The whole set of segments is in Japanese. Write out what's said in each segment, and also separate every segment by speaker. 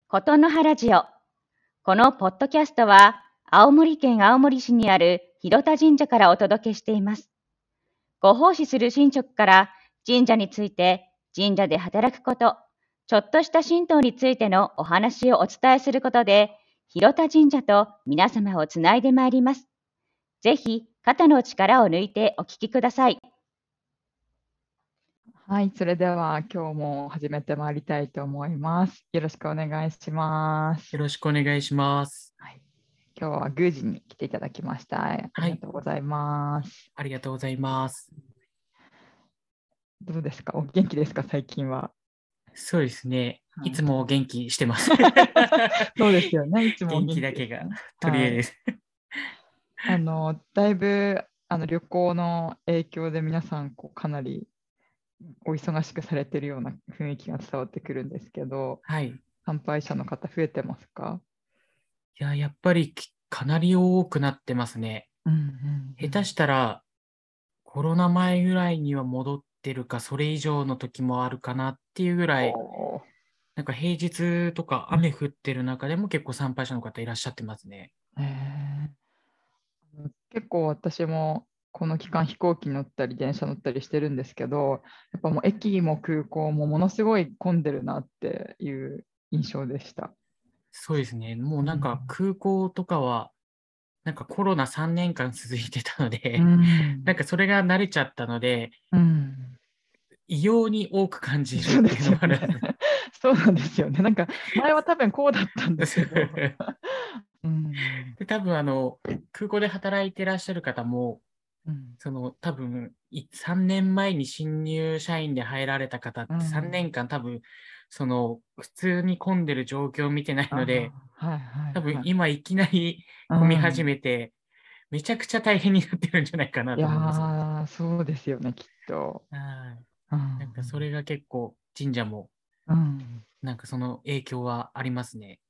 Speaker 1: ことのはラジオ。このポッドキャストは、青森県青森市にある広田神社からお届けしています。ご奉仕する神職から神社について、神社で働くこと、ちょっとした神道についてのお話をお伝えすることで、広田神社と皆様をつないでまいります。ぜひ、肩の力を抜いてお聞きください。
Speaker 2: はい、それでは今日も始めてまいりたいと思います。よろしくお願いします。
Speaker 3: よろしくお願いします。
Speaker 2: はい、今日は宮司に来ていただきました。ありがとうございます。
Speaker 3: ありがとうございます。
Speaker 2: どうですか？お元気ですか？最近は。
Speaker 3: そうですね。
Speaker 2: はい
Speaker 3: いつも元気してます。
Speaker 2: そうですよね。いつも
Speaker 3: 元気だけが取り柄です。
Speaker 2: だいぶ旅行の影響で皆さんかなりお忙しくされてるような雰囲気が伝わってくるんですけど、
Speaker 3: はい。
Speaker 2: 参拝者の方増えてますか？
Speaker 3: やっぱりかなり多くなってますね。下手したらコロナ前ぐらいには戻ってるか、それ以上の時もあるかなっていうぐらい、なんか平日とか雨降ってる中でも結構参拝者の方いらっしゃってますね。
Speaker 2: 結構私もこの期間飛行機乗ったり電車乗ったりしてるんですけど、やっぱもう駅も空港もものすごい混んでるなっていう印象でした。
Speaker 3: そうですね。もうなんか空港とかは、なんかコロナ3年間続いてたので、なんかそれが慣れちゃったので、異様に多く感じるっていうのもある。
Speaker 2: そうなんですよね。なんか前は多分こうだったんですけど。
Speaker 3: で多分空港で働いてらっしゃる方も、多分3年前に新入社員で入られた方って3年間多分普通に混んでる状況を見てないので、多分今いきなり混み始めて、めちゃくちゃ大変になってるんじゃないかなと思います。
Speaker 2: そうですよね、きっと。
Speaker 3: なんかそれが結構神社も、なんかその影響はありますね。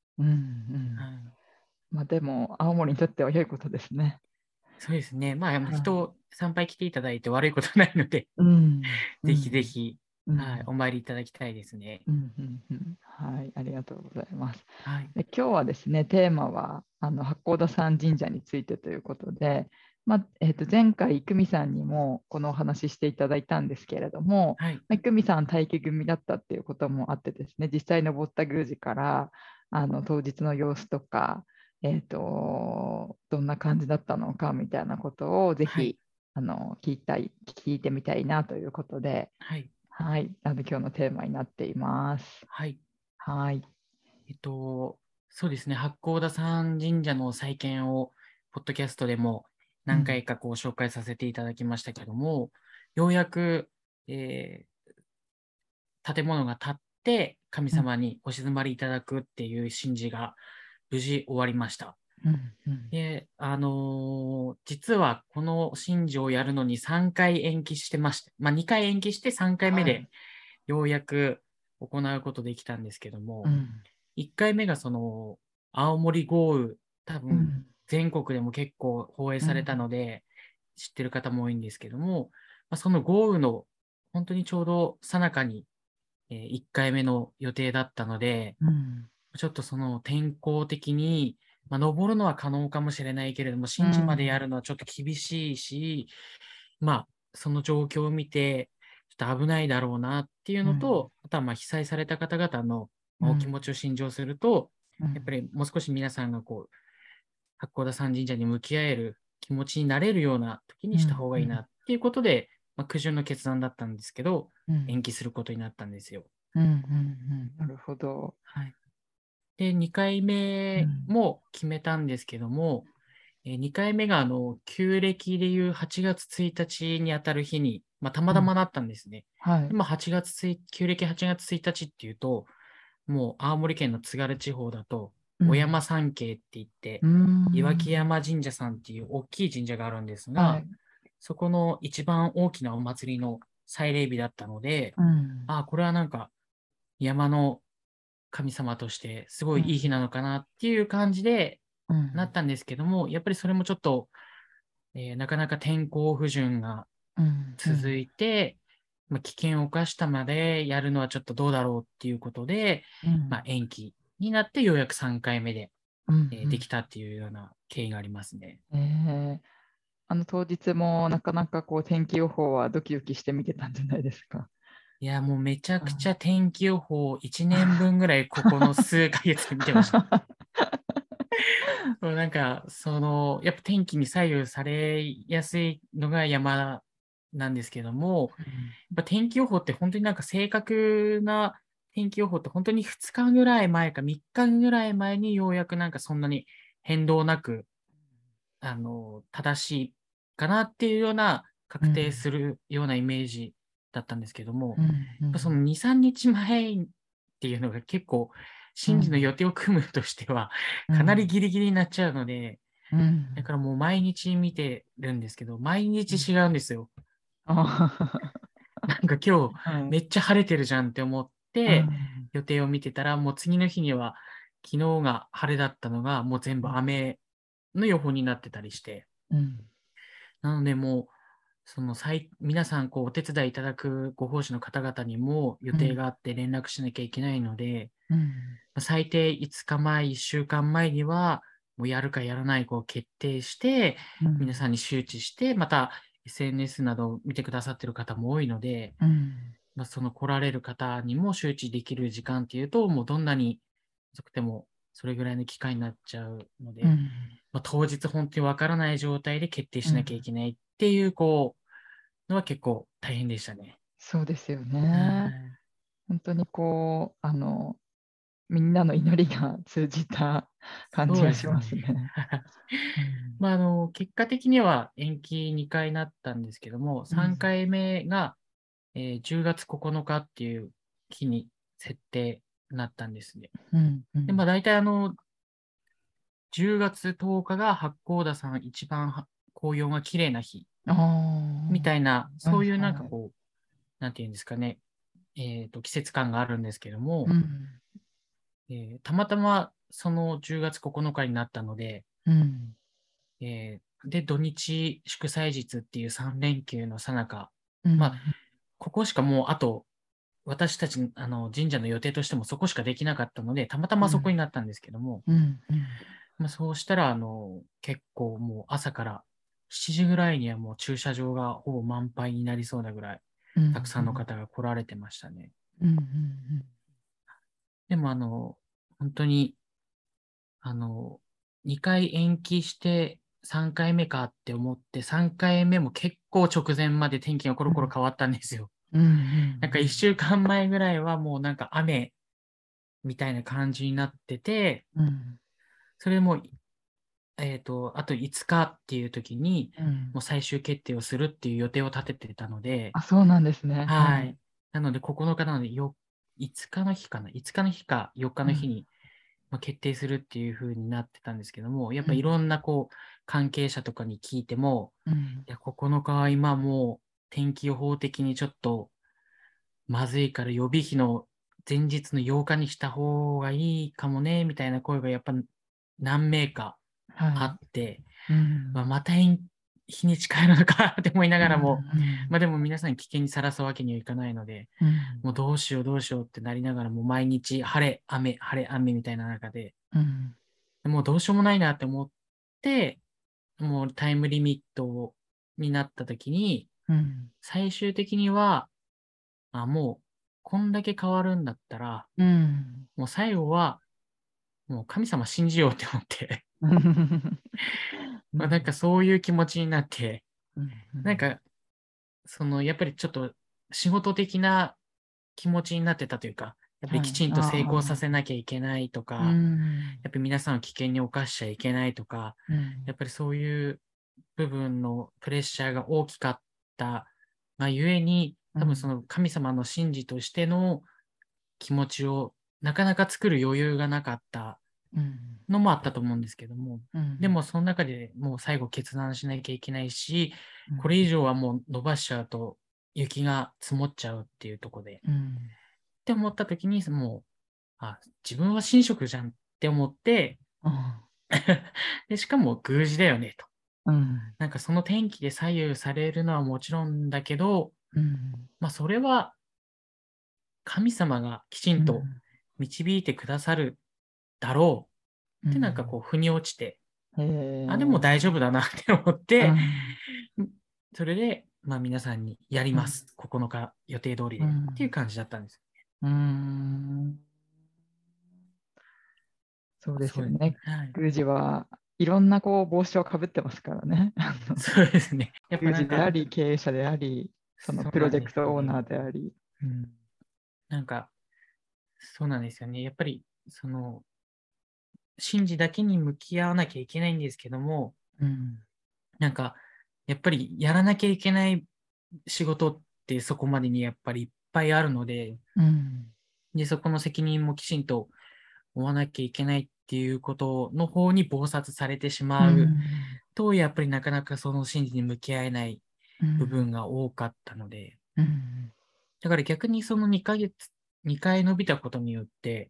Speaker 2: まあでも青森にとっては良いことですね。
Speaker 3: そうですね。まあ参拝来ていただいて悪いことないので、ぜひぜひ、お参りいただきたいですね。
Speaker 2: はい、ありがとうございます。
Speaker 3: はい、
Speaker 2: で今日はですね、テーマは八甲田山神社についてということで、前回、久美さんにもこのお話ししていただいたんですけれども、久美さん、待機組だったっていうこともあってですね、実際登った宮司から当日の様子とか、どんな感じだったのかみたいなことをぜひ、聞いてみたいなということで、今日のテーマになっています。
Speaker 3: そうですね、八甲田山神社の再建を、ポッドキャストでも何回か紹介させていただきましたけども、ようやく、建物が建って、神様にお静まりいただくっていう神事が無事終わりました。で、実はこの神事をやるのに3回延期してまして、2回延期して3回目でようやく行うことできたんですけども、1回目が青森豪雨、多分全国でも結構放映されたので、知ってる方も多いんですけども、その豪雨の本当にちょうど最中に、1回目の予定だったので、ちょっと天候的に、登るのは可能かもしれないけれども、神事までやるのはちょっと厳しいし、その状況を見て、ちょっと危ないだろうなっていうのと、あとは被災された方々のお気持ちを心情すると、やっぱりもう少し皆さんが八甲田山神社に向き合える気持ちになれるような時にした方がいいなっていうことで、苦渋の決断だったんですけど、延期することになったんですよ。
Speaker 2: なるほど。
Speaker 3: で、2回目も決めたんですけども、2回目が旧暦でいう8月1日にあたる日に、たまたまなったんですね。旧暦8月1日っていうと、もう青森県の津軽地方だと、お山参詣って言って、岩木山神社さんっていう大きい神社があるんですが、そこの一番大きなお祭りの祭礼日だったので、これはなんか山の神様としてすごいいい日なのかなっていう感じでなったんですけども、やっぱりそれもちょっと、なかなか天候不順が続いて、危険を冒したまでやるのはちょっとどうだろうっていうことで、延期になってようやく3回目で、
Speaker 2: うん
Speaker 3: できたっていうような経緯がありますね。
Speaker 2: 当日もなかなかこう天気予報はドキドキして見てたんじゃないですか。
Speaker 3: いや、もうめちゃくちゃ天気予報1年分ぐらいここの数ヶ月で見てました。そうなんか、やっぱ天気に左右されやすいのが山なんですけども、やっぱ天気予報って本当になんか正確な天気予報って本当に2日ぐらい前か3日ぐらい前にようやくなんかそんなに変動なく、正しいかなっていうような確定するようなイメージだったんですけども、やっぱその2、3日前っていうのが結構、神事の予定を組むとしては、かなりギリギリになっちゃうので、だからもう毎日見てるんですけど、毎日違うんですよ。なんか今日めっちゃ晴れてるじゃんって思って予定を見てたら、もう次の日には昨日が晴れだったのがもう全部雨の予報になってたりして。なのでもう、皆さんお手伝いいただくご奉仕の方々にも予定があって連絡しなきゃいけないので、最低5日前、1週間前には、もうやるかやらないかを決定して、皆さんに周知して、また SNS などを見てくださっている方も多いので、その来られる方にも周知できる時間っていうと、もうどんなに遅くてもそれぐらいの機会になっちゃうので、当日本当にわからない状態で決定しなきゃいけないっていう、のは結構大変でしたね。
Speaker 2: そうですよね。本当にみんなの祈りが通じた感じがしますね。
Speaker 3: 結果的には延期2回になったんですけども、3回目が、10月9日っていう日に設定になったんですね。で、大体10月10日が八甲田山一番紅葉が綺麗な日みたいな、そういうなんかなんていうんですかね、季節感があるんですけども、たまたまその10月9日になったので、で、土日祝祭日っていう3連休の最中、ここしかもうあと、私たち神社の予定としてもそこしかできなかったので、たまたまそこになったんですけども、そうしたら結構もう朝から7時ぐらいにはもう駐車場がほぼ満杯になりそうなぐらい、たくさんの方が来られてましたね。でも本当に2回延期して3回目かって思って、3回目も結構直前まで天気がコロコロ変わったんですよ。なんか1週間前ぐらいはもうなんか雨みたいな感じになってて、それも、あと5日っていう時に、もう最終決定をするっていう予定を立ててたので、
Speaker 2: そうなんですね。
Speaker 3: はい。なので9日なので5日の日かな ?5 日の日か4日の日に、決定するっていう風になってたんですけども、やっぱいろんな関係者とかに聞いても、いや、9日は今もう天気予報的にちょっとまずいから予備日の前日の8日にした方がいいかもね、みたいな声がやっぱ何名かあって、また日にち変えるのかって思いながらも、でも皆さん危険にさらすわけにはいかないので、もうどうしようどうしようってなりながらも毎日晴れ、雨、晴れ、雨みたいな中で、もうどうしようもないなって思って、もうタイムリミットになった時に、最終的には、もうこんだけ変わるんだったら、もう最後は、もう神様信じようって思ってなんかそういう気持ちになって、なんか、やっぱりちょっと仕事的な気持ちになってたというか、やっぱりきちんと成功させなきゃいけないとか、やっぱり皆さんを危険に侵しちゃいけないとか、やっぱりそういう部分のプレッシャーが大きかったがゆえに、多分その神様の神事としての気持ちをなかなか作る余裕がなかったのもあったと思うんですけども、でもその中でもう最後決断しなきゃいけないし、これ以上はもう伸ばしちゃうと雪が積もっちゃうっていうところで、って思った時にもう、自分は神職じゃんって思って、でしかも宮司だよねと。なんかその天気で左右されるのはもちろんだけど、それは神様がきちんと導いてくださるだろうってなんかこう、腑に落ちて、でも大丈夫だなって思って、それで、まあ皆さんにやります。9日予定通りでっていう感じだったんです。
Speaker 2: そうですよね。宮司はいろんなこう帽子をかぶってますからね。
Speaker 3: そうですね。やっぱ
Speaker 2: 宮司であり、経営者であり、そのプロジェクトオーナーであり。
Speaker 3: なんか、そうなんですよね。やっぱり、その、神事だけに向き合わなきゃいけないんですけども、なんか、やっぱりやらなきゃいけない仕事ってそこまでにやっぱりいっぱいあるので、で、そこの責任もきちんと負わなきゃいけないっていうことの方に忙殺されてしまうと、やっぱりなかなかその神事に向き合えない部分が多かったので、だから逆にその2回伸びたことによって、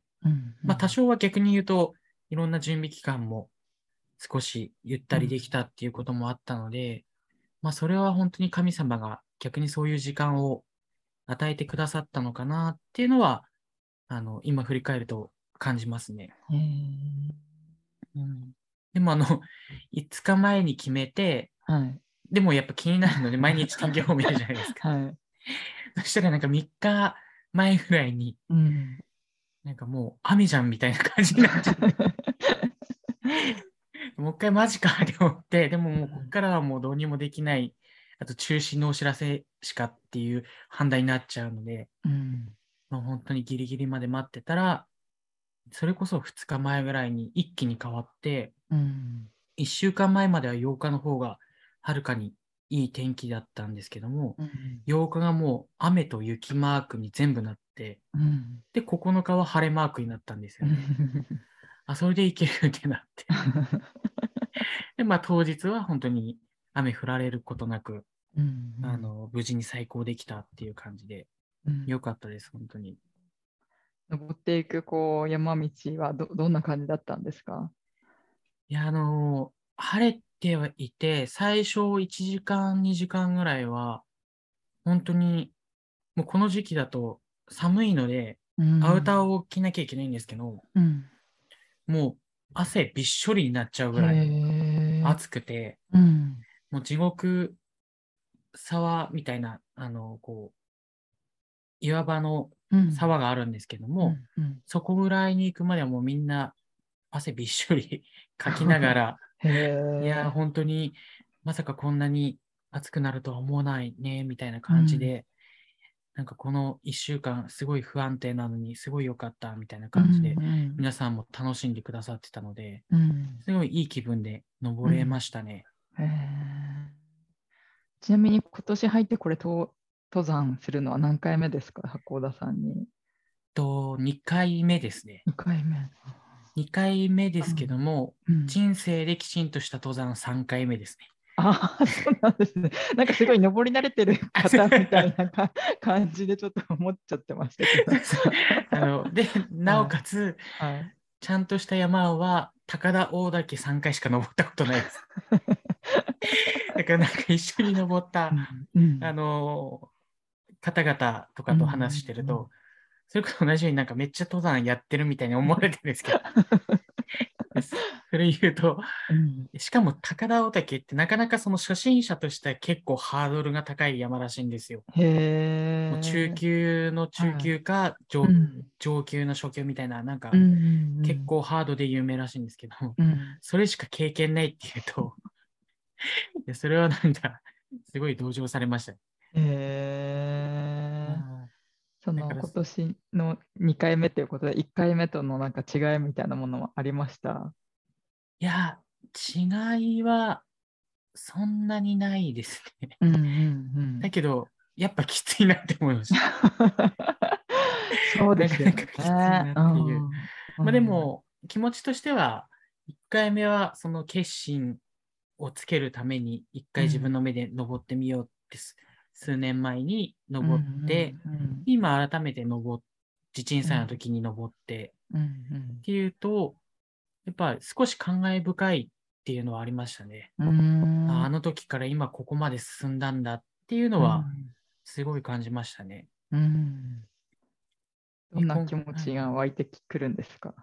Speaker 3: まあ多少は逆に言うと、いろんな準備期間も少しゆったりできたっていうこともあったので、まあそれは本当に神様が逆にそういう時間を与えてくださったのかなっていうのは、今振り返ると感じますね。でも5日前に決めて、でもやっぱ気になるので毎日天気予報見るじゃないですか。そしたらなんか3日前ぐらいに、なんかもう雨じゃんみたいな感じになっちゃって。もう一回マジかって思って、でももうこっからはもうどうにもできない、あと中止のお知らせしかっていう判断になっちゃうので、まあ、本当にギリギリまで待ってたら、それこそ2日前ぐらいに一気に変わって、1週間前までは8日の方がはるかにいい天気だったんですけども、8日がもう雨と雪マークに全部なって、で、9日は晴れマークになったんですよね。それでいけるってなって。で、まあ当日は本当に雨降られることなく、無事に再行できたっていう感じで、よかったです、本当に。
Speaker 2: 登っていくこう山道はどんな感じだったんですか？
Speaker 3: いや、晴れてはいて、最初1時間、2時間ぐらいは、本当に、もうこの時期だと寒いので、アウターを着なきゃいけないんですけど、もう汗びっしょりになっちゃうぐらい暑くて、もう地獄沢みたいな、こう、岩場の沢があるんですけども、そこぐらいに行くまではもうみんな汗びっしょりかきながら、いや、本当にまさかこんなに暑くなるとは思わないね、みたいな感じで、なんかこの1週間すごい不安定なのにすごい良かったみたいな感じで、皆さんも楽しんでくださってたので、すごいいい気分で登れましたね。
Speaker 2: ちなみに今年入ってこれ登山するのは何回目ですか、八甲田さんに。
Speaker 3: 2回目ですね。
Speaker 2: 2回目。
Speaker 3: 2回目ですけども、人生できちんとした登山3回目ですね。
Speaker 2: そうなんですね。なんかすごい登り慣れてる方みたいな感じでちょっと思っちゃってましたけど。
Speaker 3: で、なおかつ、ちゃんとした山は高田大岳3回しか登ったことないです。だからなんか一緒に登った、方々とかと話してると、それこそ同じようになんかめっちゃ登山やってるみたいに思われてるんですけど、それ言うと、しかも高田大岳ってなかなかその初心者としては結構ハードルが高い山らしいんですよ。もう中級の中級か、上級の初級みたいな、なんか結構ハードで有名らしいんですけど、それしか経験ないっていうと、それはなんかすごい同情されました。
Speaker 2: その今年の2回目ということで、1回目とのなんか違いみたいなものはありました？
Speaker 3: いや、違いはそんなにないですね。だけど、やっぱきついなって思いました。
Speaker 2: そうですよね。
Speaker 3: なかなかきついなっていう。まあでも、気持ちとしては、1回目はその決心をつけるために、1回自分の目で登ってみようって数年前に登って、今改めて地鎮祭の時に登って、っていうと、やっぱ少し感慨深いっていうのはありましたね。あの時から今ここまで進んだんだっていうのは、すごい感じましたね。
Speaker 2: どんな気持ちが湧いてくるんですか？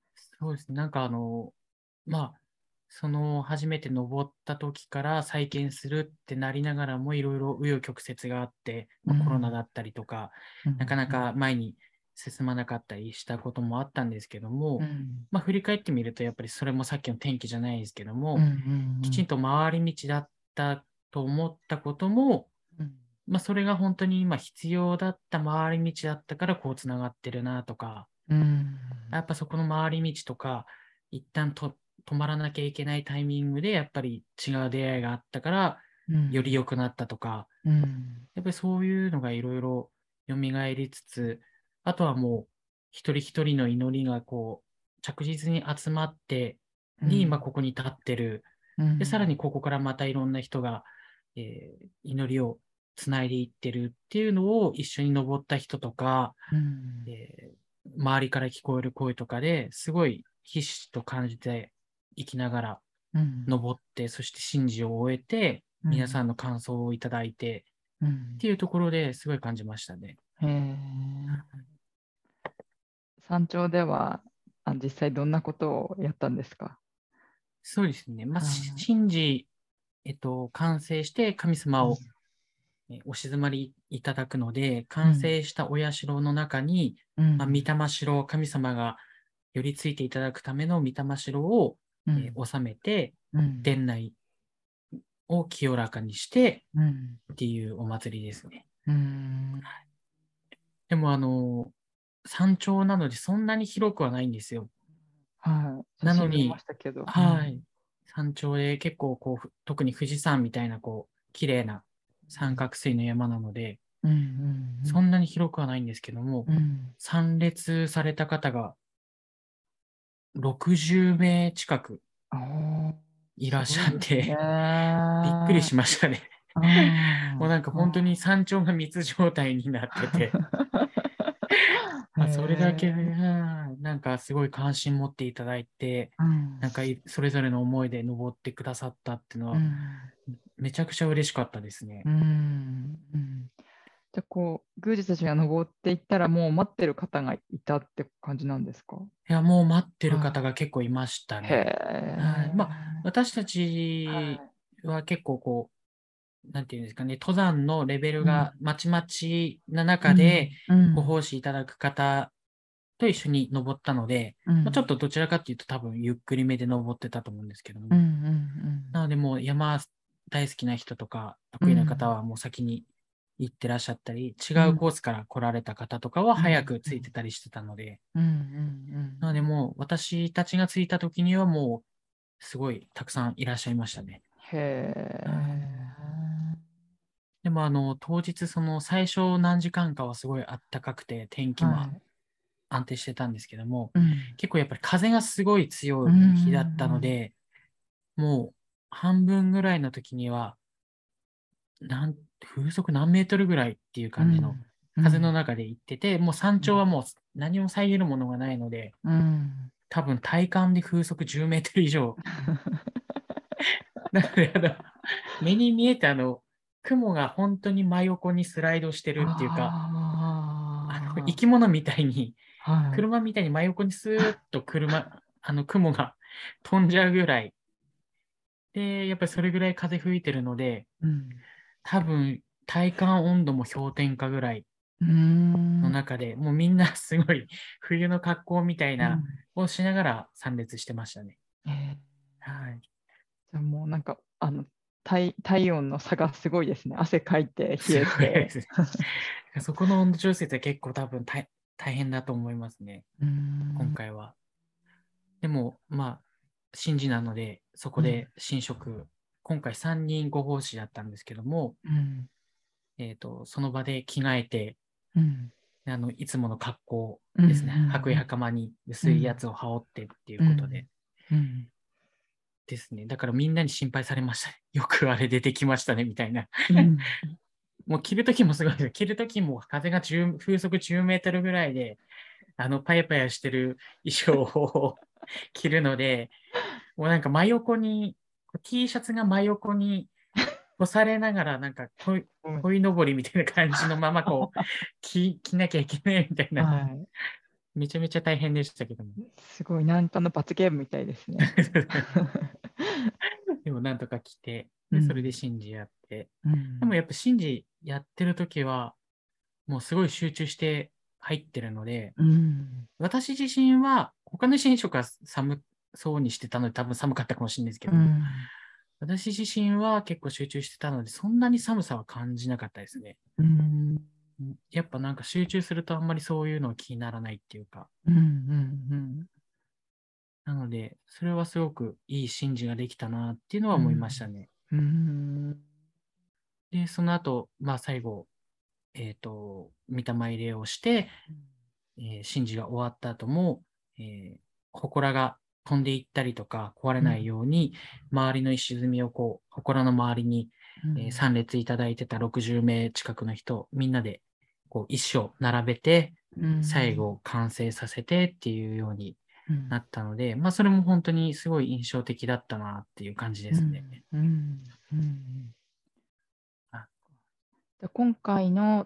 Speaker 3: そうですね。なんかまあ、その初めて登った時から再建するってなりながらもいろいろ紆余曲折があって、まあ、コロナだったりとか、なかなか前に進まなかったりしたこともあったんですけども、まあ、振り返ってみるとやっぱりそれもさっきの天気じゃないですけども、きちんと回り道だったと思ったことも、まあ、それが本当に今必要だった回り道だったからこうつながってるなとか、やっぱそこの回り道とか、一旦止まらなきゃいけないタイミングで、やっぱり違う出会いがあったから、より良くなったとか、やっぱりそういうのがいろいろ蘇りつつ、あとはもう、一人一人の祈りがこう、着実に集まって、で、今ここに立ってる。で、さらにここからまたいろんな人が、祈りをつないでいってるっていうのを一緒に登った人とか、周りから聞こえる声とかですごいひしひしと感じていきながら登って、そして神事を終えて、皆さんの感想をいただいて、っていうところですごい感じましたね。
Speaker 2: 山頂では実際どんなことをやったんですか？
Speaker 3: そうですね。まあ、神事、完成して神様を、お静まりいただくので、完成したお社の中に、まあ、御霊城、神様が寄りついていただくための御霊城を、収めて、殿内を清らかにしてっていうお祭りですね。でも山頂なのでそんなに広くはないんですよ。なのに、山頂で結構こう、特に富士山みたいなこう、綺麗な三角錐の山なので、そんなに広くはないんですけども、参列された方が60名近くいらっしゃって、びっくりしましたね。もうなんか本当に山頂が密状態になってて、それだけで、なんかすごい関心持っていただいて、なんかそれぞれの思いで登ってくださったっていうのは、めちゃくちゃ嬉しかったですね。
Speaker 2: じゃあこう、宮司たちが登っていったらもう待ってる方がいたって感じなんですか？
Speaker 3: いや、もう待ってる方が結構いましたね。まあ、私たちは結構こう、なんていうんですかね、登山のレベルがまちまちな中でご奉仕いただく方と一緒に登ったので、まあ、ちょっとどちらかっていうと多分ゆっくりめで登ってたと思うんですけども。なのでもう山大好きな人とか得意な方はもう先に行ってらっしゃったり、違うコースから来られた方とかは早く着いてたりしてたので、なのでもう私たちが着いた時にはもうすごいたくさんいらっしゃいましたね。でも当日その最初何時間かはすごい暖かくて天気も安定してたんですけども、結構やっぱり風がすごい強い日だったので、もう半分ぐらいの時には風速何メートルぐらいっていう感じの風の中で行ってて、もう山頂はもう何も遮るものがないので、多分体感で風速10メートル以上。なので目に見えて雲が本当に真横にスライドしてるっていうか、生き物みたいに、車みたいに真横にスーッと雲が飛んじゃうぐらい。で、やっぱりそれぐらい風吹いてるので、多分体感温度も氷点下ぐらいの中で、もうみんなすごい冬の格好みたいなをしながら参列してましたね。
Speaker 2: じゃあもうなんか体温の差がすごいですね。汗かいて冷えて。
Speaker 3: そこの温度調節は結構多分大変だと思いますね。今回は。でも、まあ、神事なので、そこで神職、今回3人ご奉仕だったんですけども、その場で着替えて、いつもの格好ですね。白衣袴に薄いやつを羽織ってっていうことで。ですね。だからみんなに心配されましたね。よくあれ出てきましたね、みたいな。もう着るときもすごいです。着るときも風が風速10メートルぐらいで、パヤパヤしてる衣装を着るので、もうなんか真横に、T シャツが真横に干されながら、なんか鯉のぼりみたいな感じのままこう、着なきゃいけないみたいなめちゃめちゃ大変でしたけども。
Speaker 2: すごい、なんかの罰ゲームみたいですね。
Speaker 3: でもなんとか来て、で、
Speaker 2: うん
Speaker 3: それで神事やって。
Speaker 2: うん
Speaker 3: でもやっぱ神事やってる時は、もうすごい集中して入ってるので、
Speaker 2: うん
Speaker 3: 私自身は、他の神職は寒そうにしてたので多分寒かったかもしれないですけど、
Speaker 2: うん
Speaker 3: 私自身は結構集中してたので、そんなに寒さは感じなかったですね。
Speaker 2: うん
Speaker 3: やっぱなんか集中するとあんまりそういうのは気にならないっていうか。
Speaker 2: うん
Speaker 3: なので、それはすごくいい神事ができたなっていうのは思いましたね。
Speaker 2: うん
Speaker 3: で、その後、まあ最後、御霊入れをして、神事が終わった後も、祠が飛んでいったりとか壊れないように、周りの石積みをこう、祠の周りに、参列いただいてた60名近くの人、みんなでこう石を並べて、最後完成させてっていうようになったので、まあそれも本当にすごい印象的だったなっていう感じですね。
Speaker 2: 今回の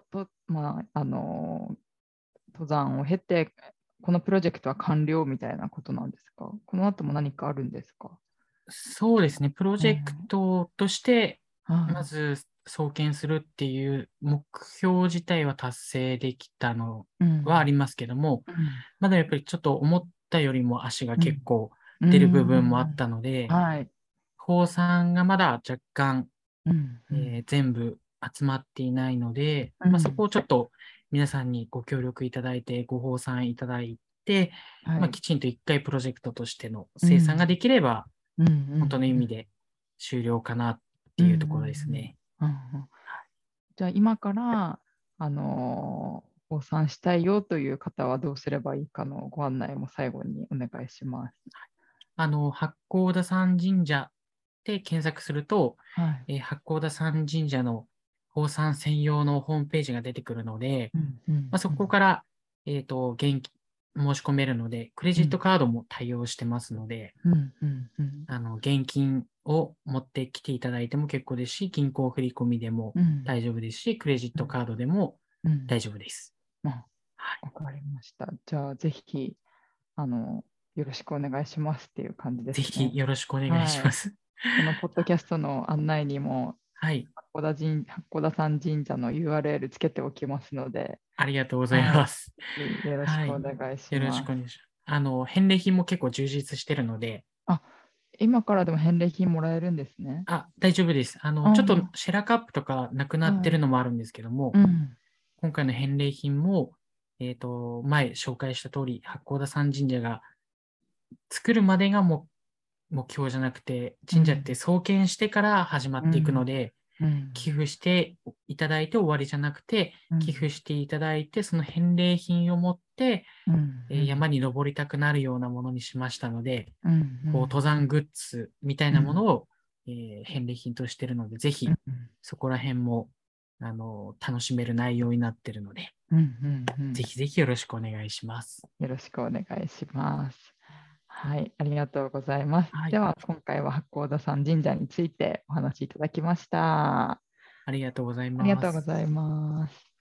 Speaker 2: 登山を経て、このプロジェクトは完了みたいなことなんですか？この後も何かあるんですか？
Speaker 3: そうですね。プロジェクトとして、
Speaker 2: はい
Speaker 3: まず創建するっていう目標自体は達成できたのはありますけども、まだやっぱりちょっと思ったよりも足が結構出る部分もあったので、
Speaker 2: はい。
Speaker 3: 高3がまだ若干、
Speaker 2: うん
Speaker 3: 全部集まっていないので、まあ、そこをちょっと皆さんにご協力いただいて、ご奉賛いただいて、まあ、きちんと一回プロジェクトとしての生産ができれば、本当の意味で終了かなっていうところですね。
Speaker 2: じゃあ今から放散したいよという方はどうすればいいかのご案内も最後にお願いします。
Speaker 3: 八甲田山神社で検索すると、
Speaker 2: はい
Speaker 3: 八甲田山神社の放散専用のホームページが出てくるので、まあ、そこから、申し込めるので、クレジットカードも対応してますので、現金を持ってきていただいても結構ですし、銀行振込でも大丈夫ですし、クレジットカードでも大丈夫です。
Speaker 2: わかりました。じゃあ、ぜひ、よろしくお願いしますっていう感じですね。
Speaker 3: ぜひよろしくお願いします。
Speaker 2: このポッドキャストの案内にも、八甲田山神社の URL つけておきますので。
Speaker 3: ありがとうございます。
Speaker 2: よろしくお願いします。
Speaker 3: よろしくお願いします。返礼品も結構充実してるので。
Speaker 2: 今からでも返礼品もらえるんですね。
Speaker 3: 大丈夫です。ちょっとシェラカップとかなくなってるのもあるんですけども、今回の返礼品も、前紹介した通り、八甲田山神社が作るまでが目標じゃなくて、神社って創建してから始まっていくので、寄付していただいて終わりじゃなくて、寄付していただいて、その返礼品を持って、山に登りたくなるようなものにしましたので、こう登山グッズみたいなものを、返礼品としているので、ぜひそこら辺も楽しめる内容になっているので、ぜひぜひよろしくお願いします。
Speaker 2: よろしくお願いします。はい、ありがとうございます。では、今回は八甲田山神社についてお話しいただきました。
Speaker 3: ありがとうございます。
Speaker 2: ありがとうございます。